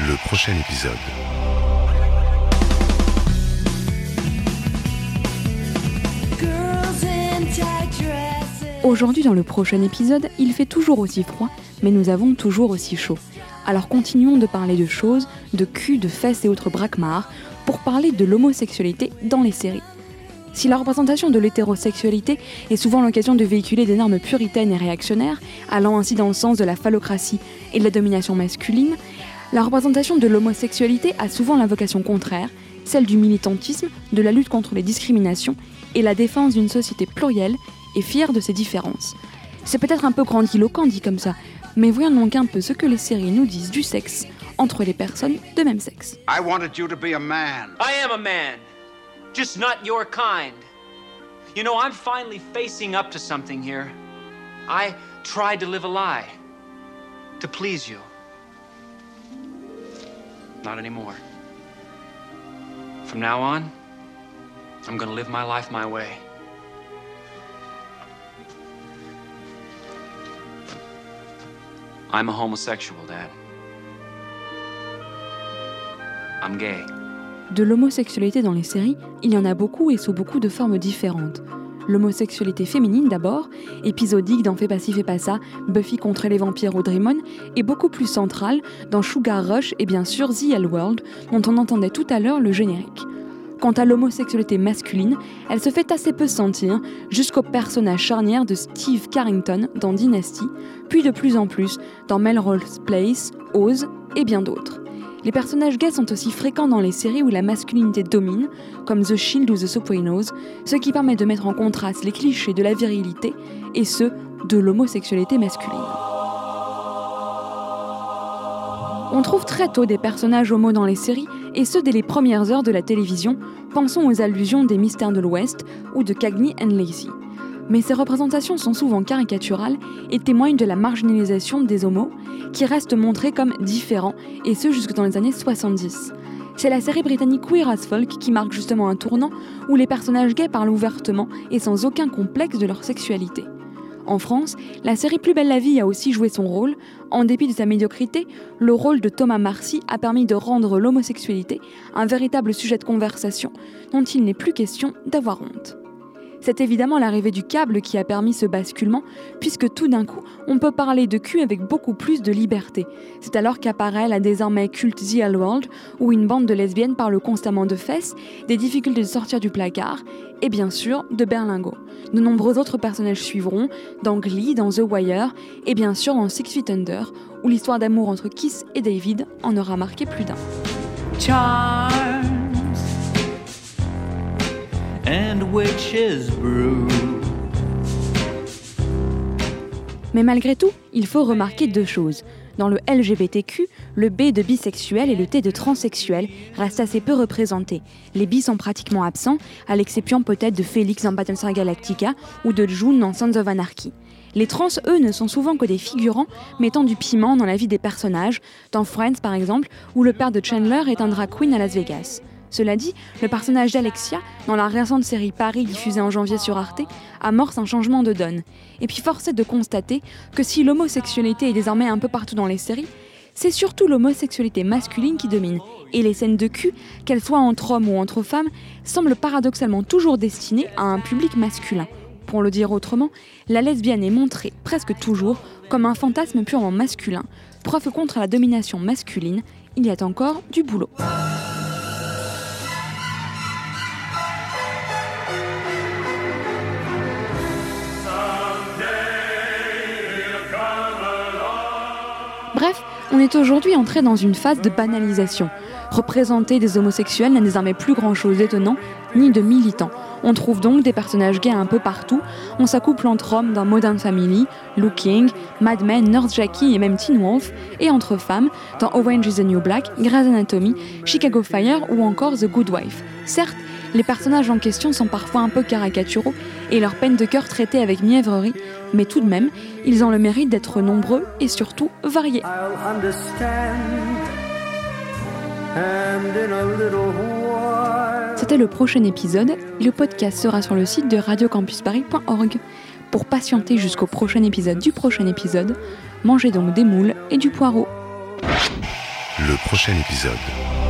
le prochain épisode. Aujourd'hui, dans le prochain épisode, il fait toujours aussi froid, mais nous avons toujours aussi chaud. Alors continuons de parler de choses, de cul, de fesses et autres braquemars, pour parler de l'homosexualité dans les séries. Si la représentation de l'hétérosexualité est souvent l'occasion de véhiculer des normes puritaines et réactionnaires, allant ainsi dans le sens de la phallocratie et de la domination masculine, la représentation de l'homosexualité a souvent la vocation contraire, celle du militantisme, de la lutte contre les discriminations et la défense d'une société plurielle et fière de ses différences. C'est peut-être un peu grandiloquent dit comme ça, mais voyons donc un peu ce que les séries nous disent du sexe entre les personnes de même sexe. I wanted you to be a man. I am a man, just not your kind. You know, I'm finally facing up to something here. I tried to live a lie, to please you. Not anymore. From now on, I'm gonna live my life my way. I'm a homosexual, Dad. I'm gay. De l'homosexualité dans les séries, il y en a beaucoup et sous beaucoup de formes différentes. L'homosexualité féminine d'abord, épisodique dans Fais pas ci, fais pas ça, Buffy contre les vampires ou Dream On, est beaucoup plus centrale dans Sugar Rush et bien sûr The L World, dont on entendait tout à l'heure le générique. Quant à l'homosexualité masculine, elle se fait assez peu sentir jusqu'au personnage charnière de Steve Carrington dans Dynasty, puis de plus en plus dans Melrose Place, Oz et bien d'autres. Les personnages gays sont aussi fréquents dans les séries où la masculinité domine, comme The Shield ou The Sopranos, ce qui permet de mettre en contraste les clichés de la virilité et ceux de l'homosexualité masculine. On trouve très tôt des personnages homo dans les séries, et ce dès les premières heures de la télévision, pensons aux allusions des Mystères de l'Ouest ou de Cagney and Lacey. Mais ces représentations sont souvent caricaturales et témoignent de la marginalisation des homos, qui restent montrés comme différents, et ce jusque dans les années 70. C'est la série britannique Queer as Folk qui marque justement un tournant où les personnages gays parlent ouvertement et sans aucun complexe de leur sexualité. En France, la série Plus belle la vie a aussi joué son rôle. En dépit de sa médiocrité, le rôle de Thomas Marcy a permis de rendre l'homosexualité un véritable sujet de conversation dont il n'est plus question d'avoir honte. C'est évidemment l'arrivée du câble qui a permis ce basculement, puisque tout d'un coup, on peut parler de cul avec beaucoup plus de liberté. C'est alors qu'apparaît la désormais culte The L World, où une bande de lesbiennes parle constamment de fesses, des difficultés de sortir du placard, et bien sûr de berlingot. De nombreux autres personnages suivront, dans Glee, dans The Wire, et bien sûr dans 6 Feet Under, où l'histoire d'amour entre Kiss et David en aura marqué plus d'un. Charms and witches brew. Mais malgré tout, il faut remarquer deux choses. Dans le LGBTQ, le B de bisexuel et le T de transsexuel restent assez peu représentés. Les bis sont pratiquement absents, à l'exception peut-être de Félix dans Battlestar Galactica ou de June dans Sons of Anarchy. Les trans, eux, ne sont souvent que des figurants mettant du piment dans la vie des personnages, dans Friends par exemple, où le père de Chandler est un drag queen à Las Vegas. Cela dit, le personnage d'Alexia, dans la récente série Paris diffusée en janvier sur Arte, amorce un changement de donne. Et puis force est de constater que si l'homosexualité est désormais un peu partout dans les séries, c'est surtout l'homosexualité masculine qui domine. Et les scènes de cul, qu'elles soient entre hommes ou entre femmes, semblent paradoxalement toujours destinées à un public masculin. Pour le dire autrement, la lesbienne est montrée presque toujours comme un fantasme purement masculin. Preuve contre la domination masculine, il y a encore du boulot. Bref, on est aujourd'hui entré dans une phase de banalisation. Représenter des homosexuels n'a désormais plus grand-chose d'étonnant, ni de militant. On trouve donc des personnages gays un peu partout. On s'accouple entre hommes dans Modern Family, Looking, Mad Men, Nurse Jackie et même Teen Wolf, et entre femmes dans Orange is the New Black, Grey's Anatomy, Chicago Fire ou encore The Good Wife. Certes, les personnages en question sont parfois un peu caricaturaux et leurs peines de cœur traitées avec mièvrerie, mais tout de même, ils ont le mérite d'être nombreux et surtout variés. C'était le prochain épisode. Le podcast sera sur le site de radiocampusparis.org. Pour patienter jusqu'au prochain épisode du prochain épisode, mangez donc des moules et du poireau. Le prochain épisode.